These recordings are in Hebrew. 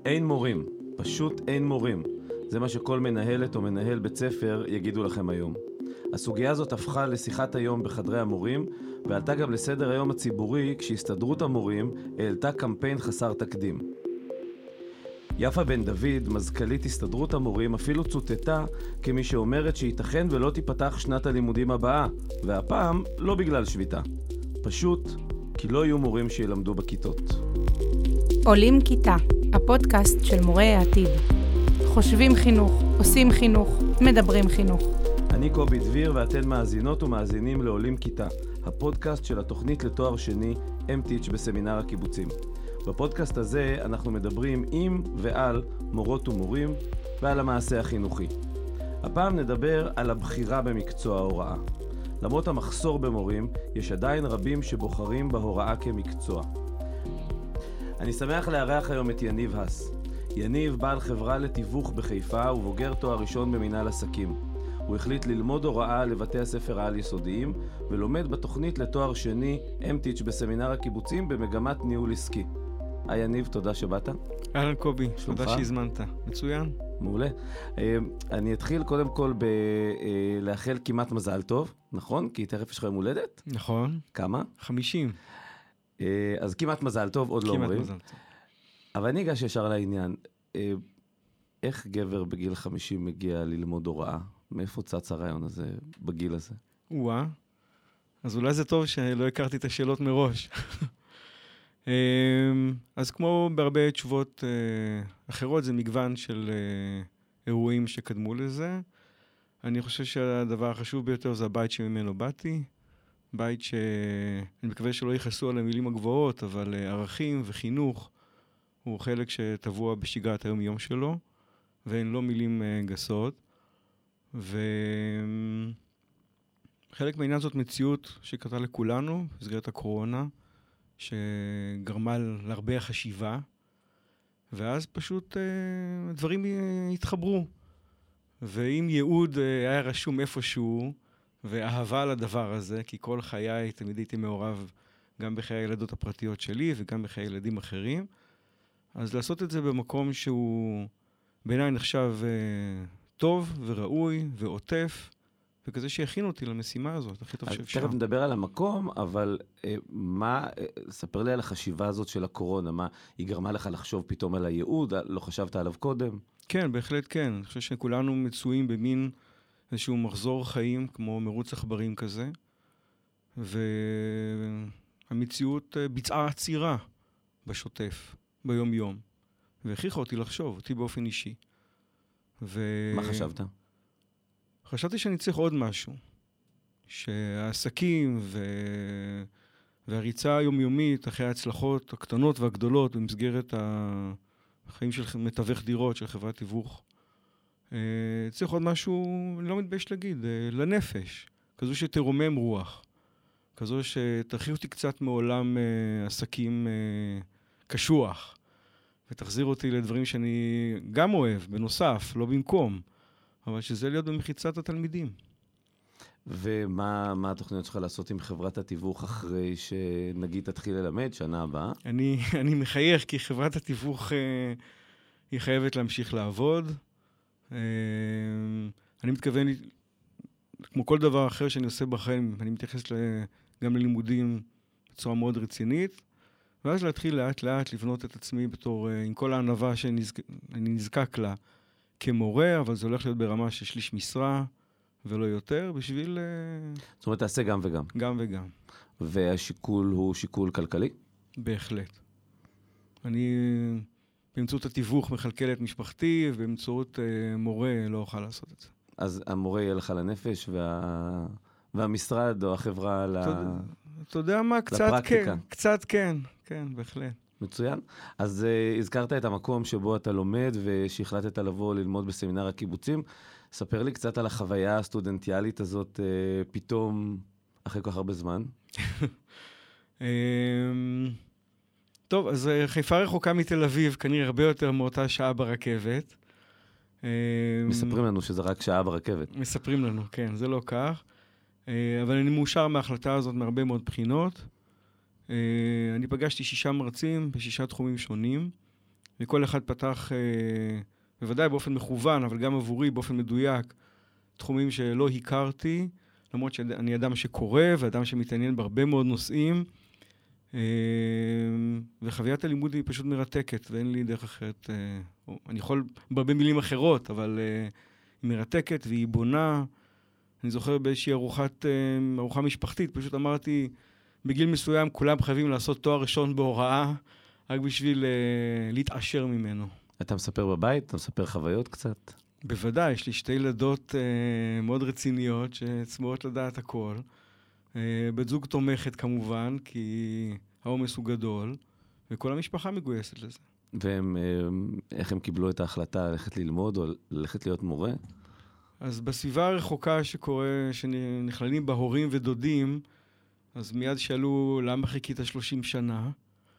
אין מורים, פשוט אין מורים. זה מה שכל מנהלת או מנהל בית ספר יגידו לכם היום. הסוגיה הזאת הפכה לשיחת היום בחדרי המורים, ועלתה גם לסדר היום הציבורי כשהסתדרות המורים העלתה קמפיין חסר תקדים. יפה בן דוד, מזכ"לית הסתדרות המורים, אפילו צוטטה כמי שאומרת שייתכן ולא תיפתח שנת הלימודים הבאה, והפעם לא בגלל שביתה. פשוט כי לא יהיו מורים שילמדו בכיתות. עולים כיתה, הפודקאסט של מורי העתיד. חושבים חינוך, עושים חינוך, מדברים חינוך. אני קובי דביר ואתן מאזינות ומאזינים לעולים כיתה, הפודקאסט של התוכנית לתואר שני MTech בסמינר הקיבוצים. בפודקאסט הזה אנחנו מדברים עם ועל מורות ומורים ועל המעשה החינוכי. הפעם נדבר על הבחירה במקצוע ההוראה. למרות המחסור במורים, יש עדיין רבים שבוחרים בהוראה כמקצוע. אני שמח לארח היום את יניב הס. יניב בעל חברה לתיווך בחיפה ובוגר תואר ראשון במנהל עסקים. הוא החליט ללמוד הוראה לבתי הספר העל-יסודיים ולומד בתוכנית לתואר שני MTech בסמינר הקיבוצים במגמת ניהול עסקי. היי יניב, תודה שבאת. אהלן קובי, תודה שהזמנת. מצוין. מעולה. אני אתחיל קודם כל לאחל כמעט מזל טוב, נכון? כי תכף יש לך יום הולדת. נכון. כמה? 50. אז כמעט מזל טוב, עוד לא אומרים. כמעט מזל טוב. אבל אני אגש ישר לעניין. איך גבר בגיל 50 מגיע ללמוד הוראה? מאיפה צץ הרעיון הזה בגיל הזה? אז אולי זה טוב שלא הכרתי את השאלות מראש. אז כמו בהרבה תשובות אחרות, זה מגוון של אירועים שקדמו לזה. אני חושב שהדבר החשוב ביותר זה הבית שממנו באתי. בית שאני מקווה שלא יכעסו על המילים הגבוהות, אבל ערכים וחינוך הוא חלק שטבוע בשגרת היום-יום שלו, והן לא מילים גסות. וחלק מהעניין זאת מציאות שקרתה לכולנו, בסגרת הקורונה, שגרמה להרבה חשיבה, ואז פשוט דברים התחברו. ואם ייעוד היה רשום איפשהו, ואהבה לדבר הזה, כי כל חיי תמיד הייתי מעורב גם בחיי הילדות הפרטיות שלי, וגם בחיי ילדים אחרים, אז לעשות את זה במקום שהוא בעיניי נחשב טוב וראוי ועוטף, וכזה שיכין אותי למשימה הזאת, הכי טוב שאפשר. תכף נדבר על המקום, אבל ספר לי על החשיבה הזאת של הקורונה, מה היא גרמה לך לחשוב פתאום על הייעוד, לא חשבת עליו קודם? כן, בהחלט כן. אני חושב שכולנו מצויים במין איזשהו מחזור חיים, כמו מרוץ עכברים כזה, והמציאות ביצעה עצירה בשוטף, ביום-יום, והכריחה אותי לחשוב, אותי באופן אישי. מה חשבת? חשבתי שאני צריך עוד משהו, שהעסקים והריצה היומיומית אחרי ההצלחות הקטנות והגדולות במסגרת החיים של מתווך דירות של חברת תיווך, צריך עוד משהו, לא מתבייש להגיד, לנפש, כזו שתרומם רוח, כזו שתרחיק אותי קצת מעולם עסקים קשוח, ותחזיר אותי לדברים שאני גם אוהב, בנוסף, לא במקום, אבל שזה להיות במחיצת התלמידים. ומה התוכניות שלך לעשות עם חברת התיווך אחרי שנגיד תתחיל ללמד שנה הבאה? אני מחייך כי חברת התיווך היא חייבת להמשיך לעבוד. אני מתכוון, כמו כל דבר אחר שאני עושה בחיים, אני מתייחס גם ללימודים בצורה מאוד רצינית, ואז להתחיל לאט לאט לבנות את עצמי בתור, עם כל הענווה שאני נזקק לה כמורה, אבל זה הולך להיות ברמה של שליש משרה ולא יותר, בשביל... זאת אומרת, תעשה גם וגם. גם וגם. והשיקול הוא שיקול כלכלי? בהחלט. אני באמצעות התיווך מכלכל את משפחתי, ובאמצעות מורה לא אוכל לעשות את זה. אז המורה יהיה לך לנפש, והמשרד או החברה אתה יודע מה? קצת כן, כן, בהחלט. מצוין. אז הזכרת את המקום שבו אתה לומד, ושהחלטת לבוא ללמוד בסמינר הקיבוצים. ספר לי קצת על החוויה הסטודנטיאלית הזאת, פתאום, אחרי כל כך הרבה זמן. טוב, אז חיפה רחוקה מתל אביב, כנראה הרבה יותר מאותה שעה ברכבת. מספרים לנו שזה רק שעה ברכבת. מספרים לנו, כן, זה לא כך. אבל אני מאושר מההחלטה הזאת מהרבה מאוד בחינות. אני פגשתי 6 מרצים ב6 תחומים שונים. וכל אחד פתח, בוודאי באופן מכוון, אבל גם עבורי באופן מדויק, תחומים שלא הכרתי, למרות שאני אדם שקורא ואדם שמתעניין בהרבה מאוד נושאים, וחוויית הלימוד היא פשוט מרתקת, ואין לי דרך אחרת, אני יכול בהרבה מילים אחרות, אבל היא מרתקת והיא בונה. אני זוכר באיזושהי ארוחה משפחתית, פשוט אמרתי, בגיל מסוים כולם חייבים לעשות תואר ראשון בהוראה, רק בשביל להתעשר ממנו. אתה מספר בבית? אתה מספר חוויות קצת? בוודאי, יש לי 2 ילדות מאוד רציניות שצמאות לדעת הכל. בת זוג תומכת כמובן, כי העומס הוא גדול, וכל המשפחה מגויסת לזה. והם, איך הם קיבלו את ההחלטה ללכת ללמוד או ללכת להיות מורה? אז בסביבה הרחוקה שנכללים בה הורים ודודים, אז מיד שאלו למה חיכית 30 שנה.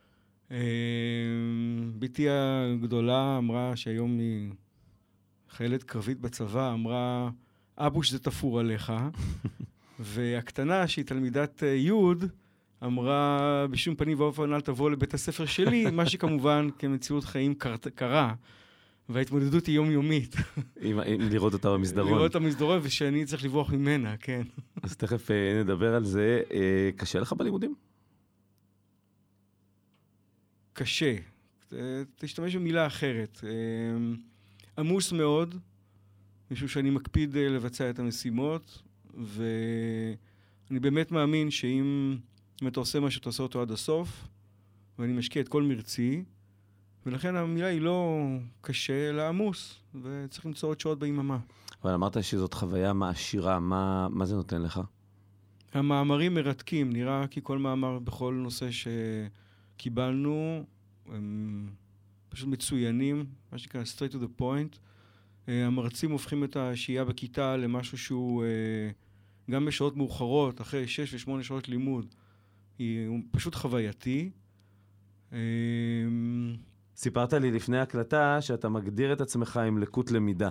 ביתי הגדולה אמרה שהיום היא חיילת קרבית בצבא, אמרה, אבוש זה תפור עליך. והקטנה שהיא תלמידת יוד, אמרה בשום פנים ואופן אל תבוא לבית הספר שלי, מה שכמובן כמציאות חיים קרה. וההתמודדות היא יומיומית. לראות אותה במסדרון. לראות אותה במסדרון, ושאני צריך לברוח ממנה, כן. אז תכף נדבר על זה. קשה לך בלימודים? קשה. תשתמש במילה אחרת. עמוס מאוד, משום שאני מקפיד לבצע את המשימות, ואני באמת מאמין שאם אתה עושה מה שאתה עושה אותו עד הסוף, ואני משקיע את כל מרצי, ולכן המילה היא לא קשה, אלא עמוס, וצריך למצוא עוד שעות ביממה. אבל אמרת שזאת חוויה מעשירה, מה זה נותן לך? המאמרים מרתקים, נראה כי כל מאמר בכל נושא שקיבלנו, הם פשוט מצוינים, מה שנקרא straight to the point. המרצים הופכים את השהייה בכיתה למשהו שהוא גם בשעות מאוחרות, אחרי 6 ו8 שעות לימוד, הוא פשוט חווייתי. סיפרת לי לפני הקלטה שאתה מגדיר את עצמך עם לקות למידה.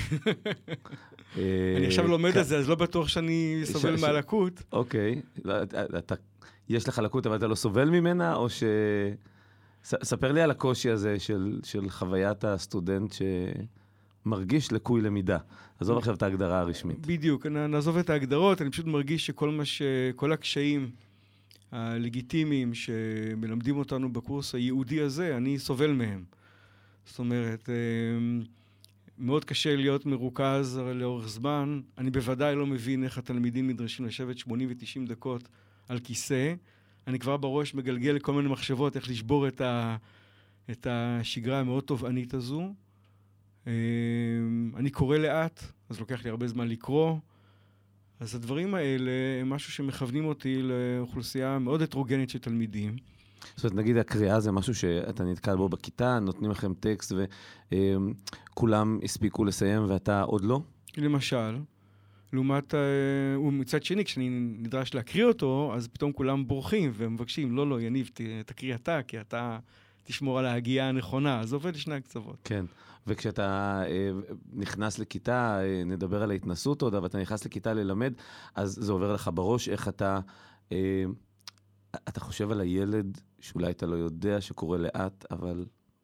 אני עכשיו לומד את זה, אז לא בטוח שאני סובל מהלקות. אוקיי. יש לך לקות, אבל אתה לא סובל ממנה, או ספר לי על הקושי הזה של חוויית הסטודנט שמרגיש לקוי למידה. עזוב עכשיו את ההגדרה הרשמית. בדיוק, נעזוב את ההגדרות, אני פשוט מרגיש שכל הקשיים הלגיטימיים שמלמדים אותנו בקורס הייעודי הזה, אני סובל מהם. זאת אומרת, מאוד קשה להיות מרוכז לאורך זמן. אני בוודאי לא מבין איך התלמידים נדרשים לשבת 80 ו-90 דקות על כיסא. אני כבר בראש מגלגל לכל מיני מחשבות איך לשבור את השגרה המאוד תובענית הזו. אני קורא לאט, אז לוקח לי הרבה זמן לקרוא. אז הדברים האלה הם משהו שמכוונים אותי לאוכלוסייה מאוד הטרוגנית של תלמידים. זאת אומרת, נגיד הקריאה זה משהו שאתה נתקל בו בכיתה, נותנים לכם טקסט וכולם הספיקו לסיים ואתה עוד לא? למשל, לעומת, ומצד שני, כשאני נדרש להקריא אותו, אז פתאום כולם בורחים ומבקשים, לא, יניב, תקריא אתה, כי אתה תשמור על ההגיעה הנכונה. אז עובד לשני הקצוות. כן. וכשאתה נכנס לכיתה, נדבר על ההתנסות עוד, אבל אתה נכנס לכיתה ללמד, אז זה עובר לך בראש איך אתה חושב על הילד שאולי אתה לא יודע שקורא לאט, אבל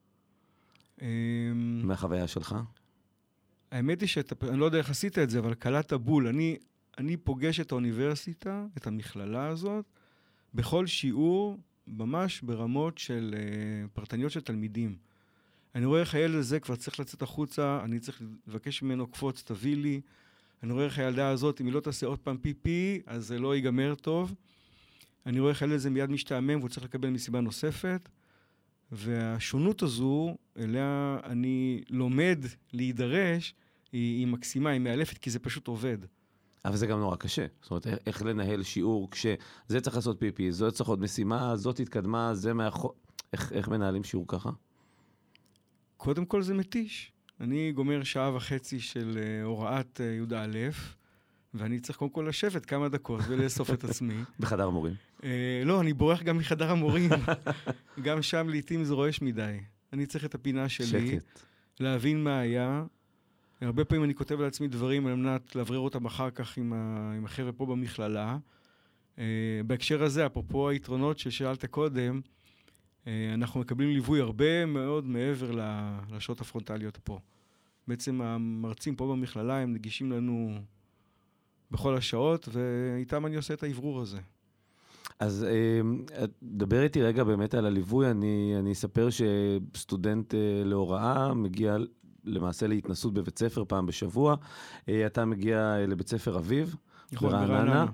מהחוויה שלך? האמת היא אני לא יודע איך עשית את זה, אבל קלעת בול. אני פוגש את האוניברסיטה, את המכללה הזאת, בכל שיעור, ממש ברמות של פרטניות של תלמידים. אני רואה איך הילד הזה כבר צריך לצאת החוצה, אני צריך לבקש ממנו קפוץ, תביא לי. אני רואה איך הילדה הזאת, אם היא לא תעשה עוד פעם פי, אז זה לא ייגמר טוב. אני רואה איך הילד הזה מיד משתעמם, והוא צריך לקבל מסיבה נוספת. והשונות הזו, אליה אני לומד להידרש, היא מקסימה, היא מאלפת, כי זה פשוט עובד. אבל זה גם נורא קשה. זאת אומרת, איך לנהל שיעור כשזה צריך לעשות פי, זו צריך עוד משימה, זאת התקדמה, זה מאחור. איך מנהלים שיעור ככה? קודם כל זה מתיש. אני גומר 1.5 שעה של הוראת י"א, ואני צריך קודם כל לשבת כמה דקות ולאסוף את עצמי. בחדר המורים? לא, אני בורח גם מחדר המורים. גם שם לעתים זה רועש מדי. אני צריך את הפינה שלי. שקט. להבין מה היה. הרבה פעמים אני כותב לעצמי דברים על מנת להברר אותם אחר כך עם החבר'ה פה במכללה. בהקשר הזה, אפרופו היתרונות ששאלת קודם, אנחנו מקבלים ליווי הרבה מאוד מעבר לשעות הפרונטליות פה. בעצם המרצים פה במכללה הם נגישים לנו בכל השעות, ואיתם אני עושה את העברור הזה. אז דבר איתי רגע באמת על הליווי. אני אספר שסטודנט להוראה מגיע למעשה להתנסות בבית ספר פעם בשבוע. אתה מגיע לבית ספר אביב, ברעננה,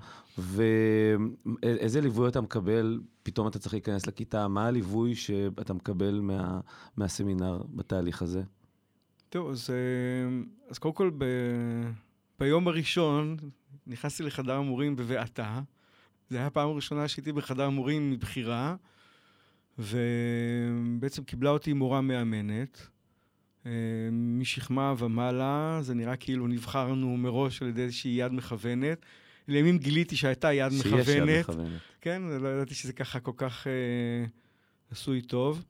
ואיזה ליווי אתה מקבל? פתאום אתה צריך להיכנס לכיתה. מה הליווי שאתה מקבל מהסמינר בתהליך הזה? טוב, אז קודם כל ביום הראשון נכנסתי לחדר המורים בבעתה. זה היה הפעם הראשונה שהייתי בחדר המורים מבחירה, ובעצם קיבלה אותי מורה מאמנת. משכמה ומעלה, זה נראה כאילו נבחרנו מראש על ידי איזושהי יד מכוונת. לימים גיליתי שהייתה יד מכוונת. שיש יד מכוונת. כן, לא ידעתי שזה ככה כל כך עשוי טוב.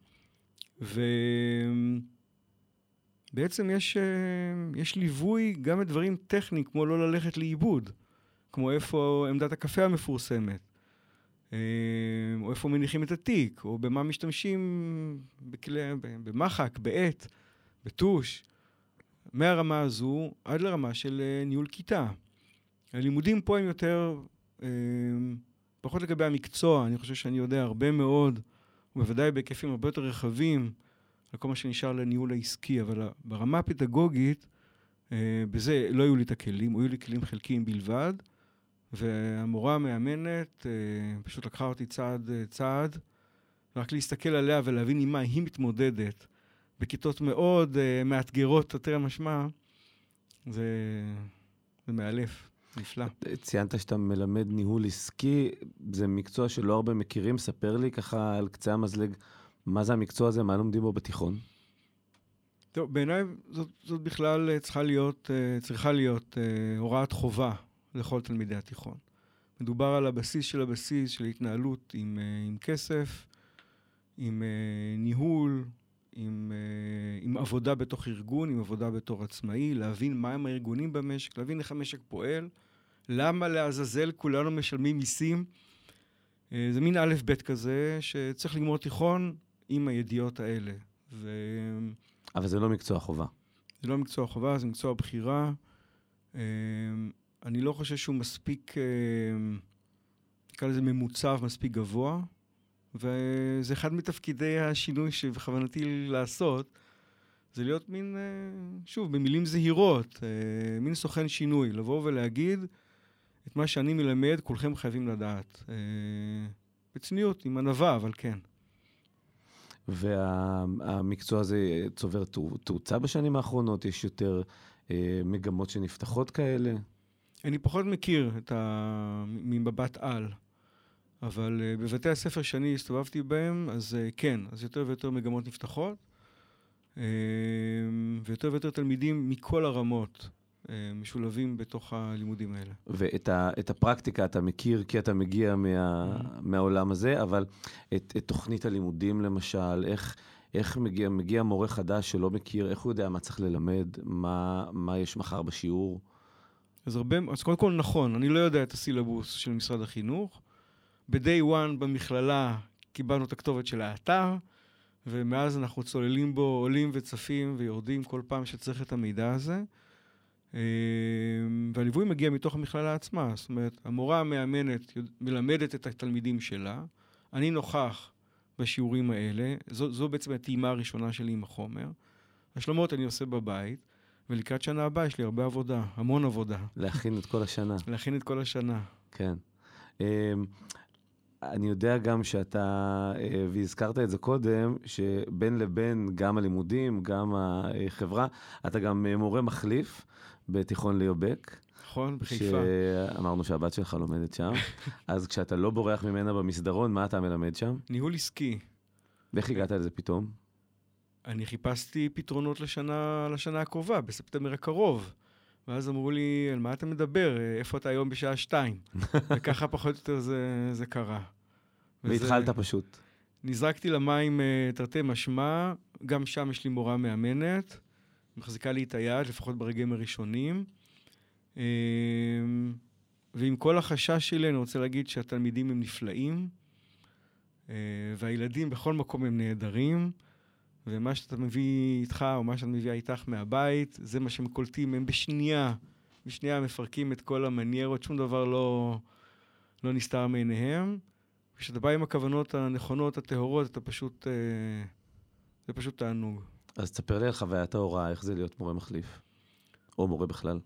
ובעצם יש ליווי גם לדברים טכניים, כמו לא ללכת לאיבוד. כמו איפה עמדת הקפה המפורסמת, או איפה מניחים את התיק, או במה משתמשים במחק, בעט, בטוש. מהרמה הזו עד לרמה של ניהול כיתה. הלימודים פה הם יותר, פחות לגבי המקצוע, אני חושב שאני יודע הרבה מאוד, ובוודאי בהיקפים הרבה יותר רחבים, על כל מה שנשאר לניהול העסקי, אבל ברמה הפדגוגית, בזה לא היו לי את הכלים, היו לי כלים חלקיים בלבד, והמורה המאמנת פשוט לקחה אותי צעד, רק להסתכל עליה ולהבין עם מה היא מתמודדת, בכיתות מאוד מאתגרות, יותר משמע, זה מאלף, נפלא. ציינת שאתה מלמד ניהול עסקי, זה מקצוע שלא הרבה מכירים, ספר לי ככה על קצה המזלג, מה זה המקצוע הזה, מה לומדים בו בתיכון? טוב, בעיניי זאת בכלל צריכה להיות הוראת חובה לכל תלמידי התיכון. מדובר על הבסיס של התנהלות עם כסף, עם ניהול, עם עבודה בתוך ארגון, עם עבודה בתור עצמאי, להבין מהם הארגונים במשק, להבין איך המשק פועל, למה לעזאזל כולנו משלמים מיסים. זה מין א' ב' כזה שצריך לגמור תיכון עם הידיעות האלה. אבל זה לא מקצוע חובה. זה לא מקצוע חובה, זה מקצוע בחירה. אני לא חושב שהוא מספיק, נקרא לזה ממוצב, מספיק גבוה, וזה אחד מתפקידי השינוי שבכוונתי לעשות, זה להיות מין, שוב, במילים זהירות, מין סוכן שינוי, לבוא ולהגיד את מה שאני מלמד, כולכם חייבים לדעת. בצניעות, עם ענווה, אבל כן. והמקצוע הזה צובר תאוצה בשנים האחרונות? יש יותר מגמות שנפתחות כאלה? אני פחות מכיר ממבט על, אבל בבתי הספר שאני הסתובבתי בהם, אז כן, אז יותר ויותר מגמות נפתחות, ויותר ויותר תלמידים מכל הרמות משולבים בתוך הלימודים האלה. ואת הפרקטיקה אתה מכיר כי אתה מגיע מהעולם הזה, אבל את תוכנית הלימודים למשל, איך מגיע מורה חדש שלא מכיר, איך הוא יודע מה צריך ללמד, מה יש מחר בשיעור? אז קודם כל נכון, אני לא יודע את הסילבוס של משרד החינוך. ב-day one במכללה קיבלנו את הכתובת של האתר, ומאז אנחנו צוללים בו, עולים וצפים ויורדים כל פעם שצריך את המידע הזה. והליווי מגיע מתוך המכללה עצמה. זאת אומרת, המורה המאמנת מלמדת את התלמידים שלה, אני נוכח בשיעורים האלה, זו בעצם הטעימה הראשונה שלי עם החומר. השלמות אני עושה בבית, ולקראת שנה הבאה יש לי הרבה עבודה, המון עבודה. להכין את כל השנה. להכין את כל השנה. כן. אני יודע גם שאתה, והזכרת את זה קודם, שבין לבין גם הלימודים, גם החברה, אתה גם מורה מחליף בתיכון ליובק. נכון, בחיפה. שאמרנו שהבת שלך לומדת שם. אז כשאתה לא בורח ממנה במסדרון, מה אתה מלמד שם? ניהול עסקי. ואיך הגעת לזה פתאום? אני חיפשתי פתרונות לשנה הקרובה, בספטמבר הקרוב. ואז אמרו לי, על מה אתה מדבר? איפה אתה היום בשעה 2? וככה פחות או יותר זה קרה. והתחלת פשוט. נזרקתי למים תרתי משמע, גם שם יש לי מורה מאמנת, מחזיקה לי את היד, לפחות ברגעים הראשונים. ועם כל החשש שלי, אני רוצה להגיד שהתלמידים הם נפלאים. והילדים בכל מקום הם נהדרים, ומה שאתה מביא איתך, או מה שאתה מביא איתך מהבית, זה מה שהם קולטים, הם בשנייה מפרקים את כל המניירות, שום דבר לא נסתר מעיניהם. כשאתה בא עם הכוונות הנכונות, הטהורות, זה פשוט תענוג. אז תספר לי על חוויית ההוראה, איך זה להיות מורה מחליף, או מורה בכלל.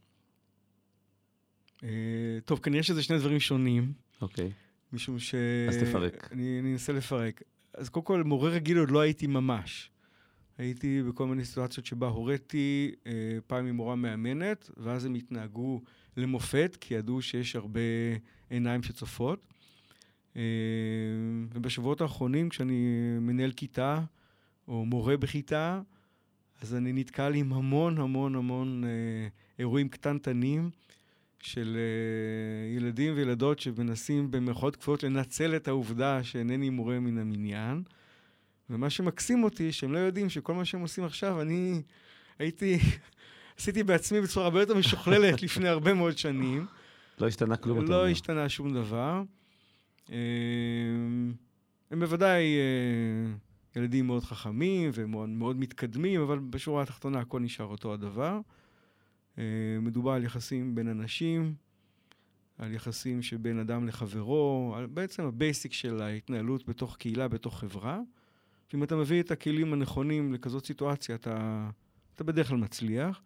טוב, כנראה שזה שני דברים שונים. אוקיי. משום אז תפרק. אני אנסה לפרק. אז קודם כל, מורה רגיל עוד לא הייתי ממש. הייתי בכל מיני סיטואציות שבה הוריתי פעם עם מורה מאמנת, ואז הם התנהגו למופת, כי ידעו שיש הרבה עיניים שצופות. ובשבועות האחרונים, כשאני מנהל כיתה, או מורה בכיתה, אז אני נתקל עם המון אירועים קטנטנים, של ילדים וילדות שמנסים במרכאות כפולות לנצל את העובדה שאינני מורה מן המניין. ומה שמקסים אותי, שהם לא יודעים שכל מה שהם עושים עכשיו, אני עשיתי בעצמי בצורה הרבה יותר משוכללת לפני הרבה מאוד שנים. לא השתנה כלום. לא השתנה שום דבר. הם בוודאי ילדים מאוד חכמים ומאוד מתקדמים, אבל בשורה התחתונה הכל נשאר אותו הדבר. מדובר על יחסים בין אנשים, על יחסים שבין אדם לחברו, על בעצם הבייסיק של ההתנהלות בתוך קהילה, בתוך חברה. ואם אתה מביא את הכלים הנכונים לכזאת סיטואציה, אתה בדרך כלל מצליח.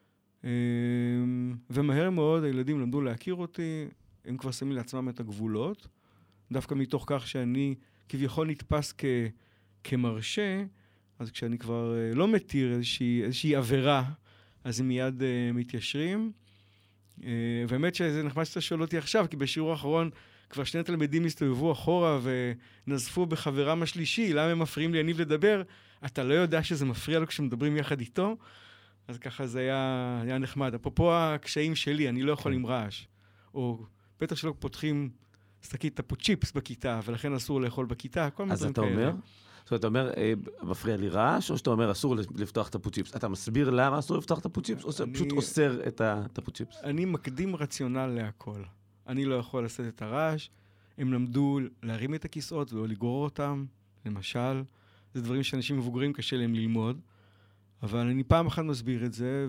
ומהר מאוד הילדים למדו להכיר אותי, הם כבר שמים לעצמם את הגבולות, דווקא מתוך כך שאני כביכול נתפס כמרשה, אז כשאני כבר לא מתיר איזושהי עבירה, אז הם מיד מתיישרים. והאמת שזה נחמד שאתה שואל אותי עכשיו, כי בשיעור האחרון כבר שני תלמידים הסתובבו אחורה ונזפו בחברם השלישי, למה הם מפריעים לי יניב לדבר? אתה לא יודע שזה מפריע לו כשמדברים יחד איתו? אז ככה זה היה נחמד. אפרופו הקשיים שלי, אני לא יכול עם רעש. או בטח שלא פותחים שקית טפוצ'יפס בכיתה, ולכן אסור לאכול בכיתה, כל מיני דברים כאלה. אז אתה אומר? זאת אומרת, אתה אומר, מפריע לי רעש, או שאתה אומר, אסור לפתוח את הפוצ'יפס? אתה מסביר למה אסור לפתוח את הפוצ'יפס, או פשוט אוסר את הפוצ'יפס? אני מקדים רציונל להכל. אני לא יכול לשאת את הרעש. הם למדו להרים את הכיסאות ולא לגרור אותם, למשל. זה דברים שאנשים מבוגרים קשה להם ללמוד. אבל אני פעם אחת מסביר את זה,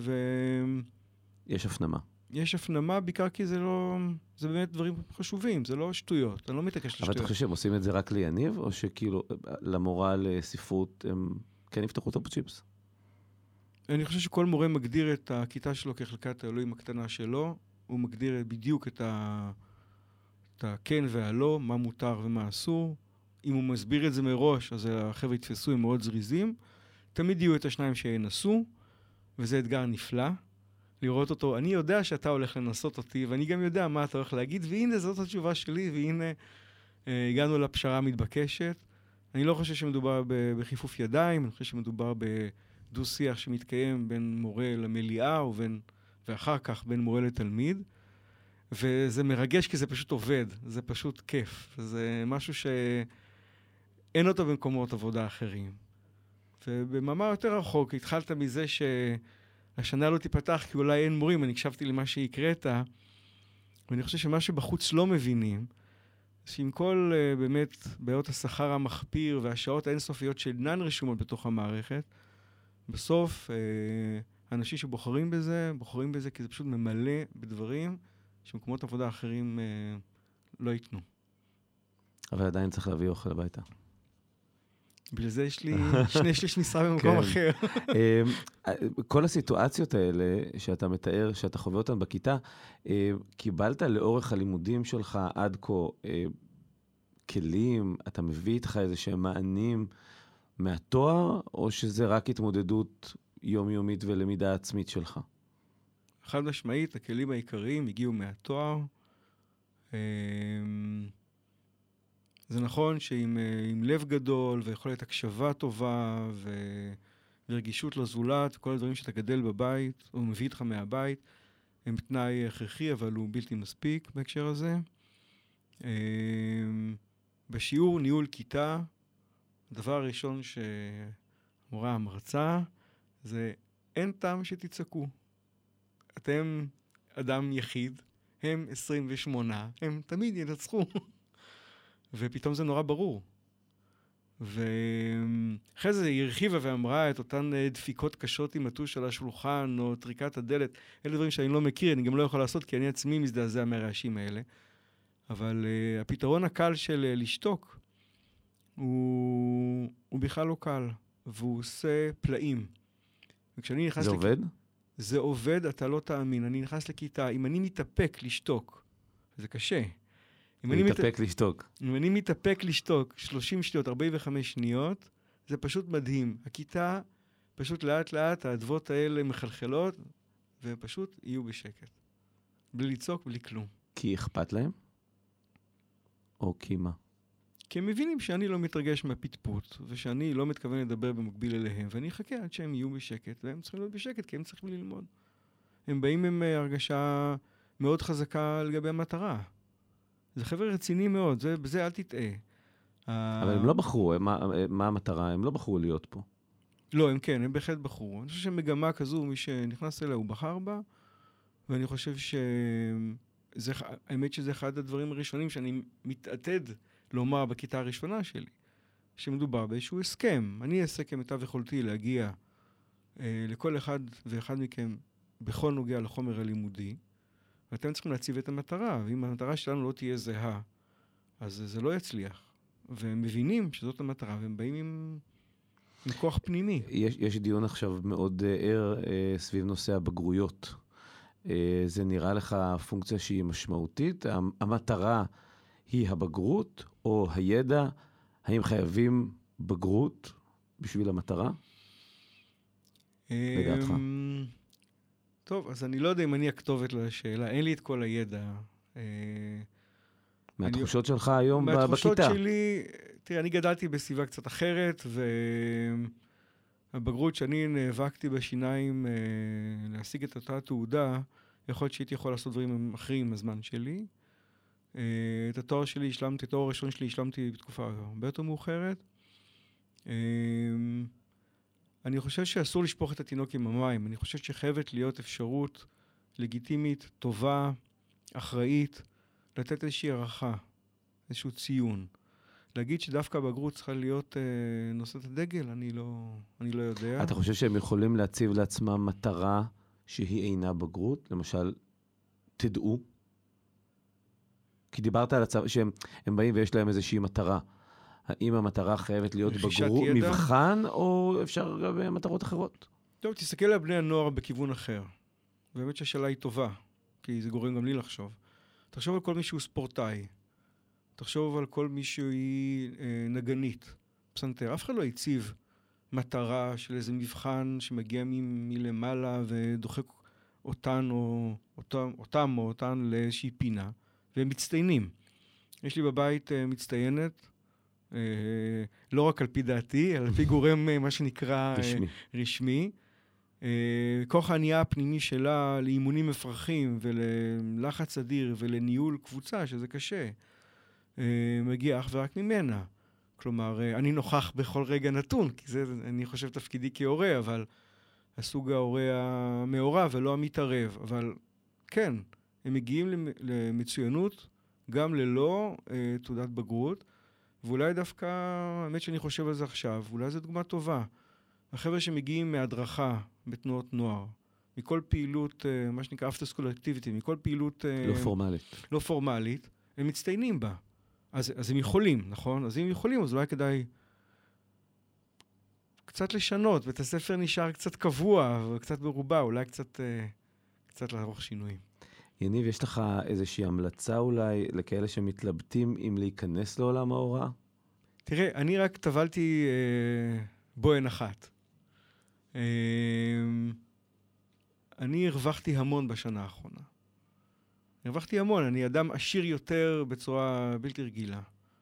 יש הפנמה. יש הפנמה, בעיקר כי זה באמת דברים חשובים, זה לא שטויות, אני לא מתעקש לשטויות. אבל אתה חושב שהם עושים את זה רק ליניב, או שכאילו למורה לספרות הם כן יפתחו את הפוצ'יפס? אני חושב שכל מורה מגדיר את הכיתה שלו כחלקת האלוהים הקטנה שלו, הוא מגדיר בדיוק את הכן והלא, מה מותר ומה אסור. אם הוא מסביר את זה מראש, אז החבר'ה יתפסו, הם מאוד זריזים. תמיד יהיו את השניים שינסו, וזה אתגר נפלא. לראות אותו, אני יודע שאתה הולך לנסות אותי, ואני גם יודע מה אתה הולך להגיד, והנה זאת התשובה שלי, והנה הגענו לפשרה המתבקשת. אני לא חושב שמדובר בחיפוף ידיים, אני חושב שמדובר בדו-שיח שמתקיים בין מורה למליאה, ואחר כך בין מורה לתלמיד, וזה מרגש כי זה פשוט עובד, זה פשוט כיף, זה משהו שאין אותו במקומות עבודה אחרים. ובמאמר יותר רחוק, התחלת מזה השנה לא תיפתח כי אולי אין מורים, אני הקשבתי למה שהקראת, ואני חושב שמה שבחוץ לא מבינים, שעם כל באמת בעיות השכר המחפיר והשעות האינסופיות שאינן רשומות בתוך המערכת, בסוף האנשים שבוחרים בזה כי זה פשוט ממלא בדברים שמקומות עבודה אחרים לא ייתנו. אבל עדיין צריך להביא אוכל הביתה. בגלל זה יש לי 2/3 משרה במקום אחר. כל הסיטואציות האלה שאתה מתאר, שאתה חווה אותן בכיתה, קיבלת לאורך הלימודים שלך עד כה כלים, אתה מביא איתך איזה שהם מענים מהתואר, או שזה רק התמודדות יומיומית ולמידה עצמית שלך? חד משמעית, הכלים העיקריים הגיעו מהתואר. זה נכון שעם לב גדול ויכולת הקשבה טובה ורגישות לזולת, כל הדברים שאתה גדל בבית או מביא איתך מהבית, הם תנאי הכרחי, אבל הוא בלתי מספיק בהקשר הזה. בשיעור ניהול כיתה, הדבר הראשון שהמורה המרצה זה אין טעם שתצעקו. אתם אדם יחיד, הם 28, הם תמיד ינצחו. ופתאום זה נורא ברור. ואחרי זה היא הרחיבה ואמרה את אותן דפיקות קשות עם הטוש על השולחן, או טריקת הדלת. אלה דברים שאני לא מכיר, אני גם לא יכול לעשות, כי אני עצמי מזדעזע מהרעשים האלה. אבל הפתרון הקל של לשתוק, הוא בכלל לא קל, והוא עושה פלאים. וכשאני נכנס זה עובד? זה עובד, אתה לא תאמין. אני נכנס לכיתה, אם אני מתאפק לשתוק, זה קשה. להתאפק לשתוק. אם אני מתאפק לשתוק 30 שניות, 45 שניות, זה פשוט מדהים. הכיתה פשוט לאט לאט, האדוות האלה מחלחלות, ופשוט יהיו בשקט. בלי לצעוק, בלי כלום. כי אכפת להם? או כי מה? כי הם מבינים שאני לא מתרגש מהפטפוט, ושאני לא מתכוון לדבר במקביל אליהם, ואני אחכה עד שהם יהיו בשקט, והם צריכים להיות בשקט, כי הם צריכים ללמוד. הם באים עם הרגשה מאוד חזקה לגבי המטרה. זה חבר'ה רציני מאוד, בזה אל תטעה. אבל הם לא בחרו, מה המטרה? הם לא בחרו להיות פה. לא, הם כן, הם בהחלט בחרו. אני חושב שמגמה כזו, מי שנכנס אליה הוא בחר בה, ואני חושב האמת שזה אחד הדברים הראשונים שאני מתעתד לומר בכיתה הראשונה שלי, שמדובר באיזשהו הסכם. אני אעשה כמיטב יכולתי להגיע לכל אחד ואחד מכם בכל נוגע לחומר הלימודי, ואתם צריכים להציב את המטרה, ואם המטרה שלנו לא תהיה זהה, אז זה לא יצליח. והם מבינים שזאת המטרה, והם באים עם כוח פנימי. יש דיון עכשיו מאוד ער סביב נושא הבגרויות. זה נראה לך פונקציה שהיא משמעותית? המטרה היא הבגרות או הידע? האם חייבים בגרות בשביל המטרה? לדעתך. טוב, אז אני לא יודע אם אני הכתובת לשאלה. אין לי את כל הידע. מהתחושות שלך היום בכיתה? מהתחושות שלי, תראה, אני גדלתי בסביבה קצת אחרת, והבגרות שאני נאבקתי בשיניים להשיג את אותה תעודה, יכול להיות שהייתי יכול לעשות דברים אחרים עם הזמן שלי. את התואר שלי השלמתי, את התואר הראשון שלי השלמתי בתקופה הרבה יותר מאוחרת. אני חושב שאסור לשפוך את התינוק עם המים. אני חושב שחייבת להיות אפשרות לגיטימית, טובה, אחראית, לתת איזושהי ערכה, איזשהו ציון. להגיד שדווקא הבגרות צריכה להיות נושאת הדגל, אני לא יודע. אתה חושב שהם יכולים להציב לעצמם מטרה שהיא אינה בגרות? למשל, תדעו. כי דיברת על שהם באים ויש להם איזושהי מטרה. האם המטרה חייבת להיות בגרות, מבחן, או אפשר גם מטרות אחרות? טוב, תסתכל על בני הנוער בכיוון אחר. באמת שהשאלה היא טובה, כי זה גורם גם לי לחשוב. תחשוב על כל מי שהוא ספורטאי. תחשוב על כל מי שהיא נגנית, פסנתר. אף אחד לא הציב מטרה של איזה מבחן שמגיע מלמעלה ודוחק אותם או אותן לאיזושהי פינה, והם מצטיינים. יש לי בבית מצטיינת, לא רק על פי דעתי, אלא על פי גורם מה שנקרא רשמי. כוח הענייה הפנימי שלה לאימונים מפרכים וללחץ אדיר ולניהול קבוצה, שזה קשה, מגיע אך ורק ממנה. כלומר, אני נוכח בכל רגע נתון, כי זה, אני חושב, תפקידי כהורה, אבל הסוג ההורה המעורב ולא המתערב. אבל כן, הם מגיעים למצוינות גם ללא תעודת בגרות, ואולי דווקא, האמת שאני חושב על זה עכשיו, אולי זו דוגמה טובה. החבר'ה שמגיעים מהדרכה בתנועות נוער, מכל פעילות, מה שנקרא after school activity, מכל פעילות לא פורמלית, הם מצטיינים בה. אז הם יכולים, נכון? אז אם יכולים, אז אולי כדאי קצת לשנות, בית הספר נשאר קצת קבוע, וקצת ברובע, אולי קצת לערוך שינויים. יניב, יש לך איזושהי המלצה אולי לכאלה שמתלבטים אם להיכנס לעולם ההוראה? תראה, אני רק טבלתי בוהן אחת. אני הרווחתי המון בשנה האחרונה. הרווחתי המון, אני אדם עשיר יותר בצורה בלתי רגילה.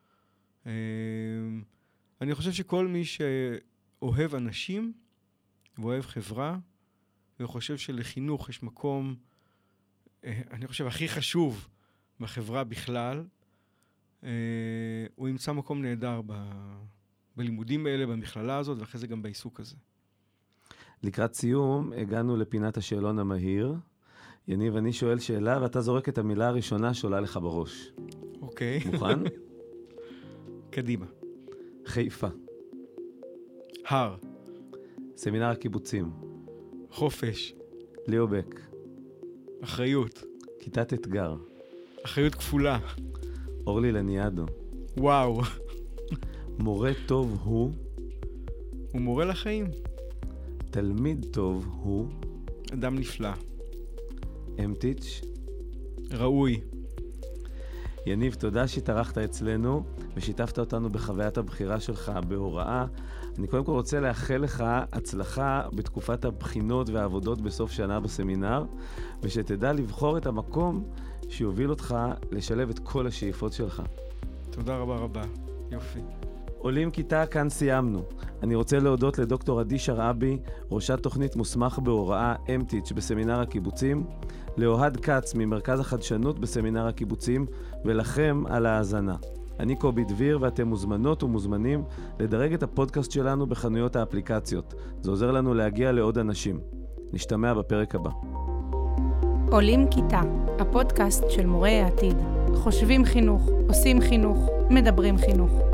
אני חושב שכל מי שאוהב אנשים ואוהב חברה, וחושב שלחינוך יש מקום, אני חושב, הכי חשוב בחברה בכלל, הוא ימצא מקום נהדר בלימודים האלה, במכללה הזאת, ואחרי זה גם בעיסוק הזה. לקראת סיום, הגענו לפינת השאלון המהיר. יניב, אני שואל שאלה, ואתה זורק את המילה הראשונה שעולה לך בראש. אוקיי. מוכן? קדימה. חיפה. הר. סמינר הקיבוצים. חופש. ליאובק. אחריות. כיתת אתגר. אחריות כפולה. אורלי לניאדו. וואו. מורה טוב הוא. הוא מורה לחיים. תלמיד טוב הוא. אדם נפלא. אמטיץ'. ראוי. יניב, תודה שהתארחת אצלנו ושיתפת אותנו בחוויית הבחירה שלך בהוראה. אני קודם כל רוצה לאחל לך הצלחה בתקופת הבחינות והעבודות בסוף שנה בסמינר, ושתדע לבחור את המקום שיוביל אותך לשלב את כל השאיפות שלך. תודה רבה רבה. יופי. עולים כיתה, כאן סיימנו. אני רוצה להודות לדוקטור עדי שרעבי, ראשת תוכנית מוסמך בהוראה אמטיץ' בסמינר הקיבוצים, לאוהד קץ ממרכז החדשנות בסמינר הקיבוצים, ולכם על ההאזנה. אני קובי דביר ואתם מוזמנות ומוזמנים לדרג את הפודקאסט שלנו בחנויות האפליקציות. זה עוזר לנו להגיע לעוד אנשים. נשתמע בפרק הבא. עולים כיתה, הפודקאסט של מורי העתיד. חושבים חינוך, עושים חינוך, מדברים חינוך.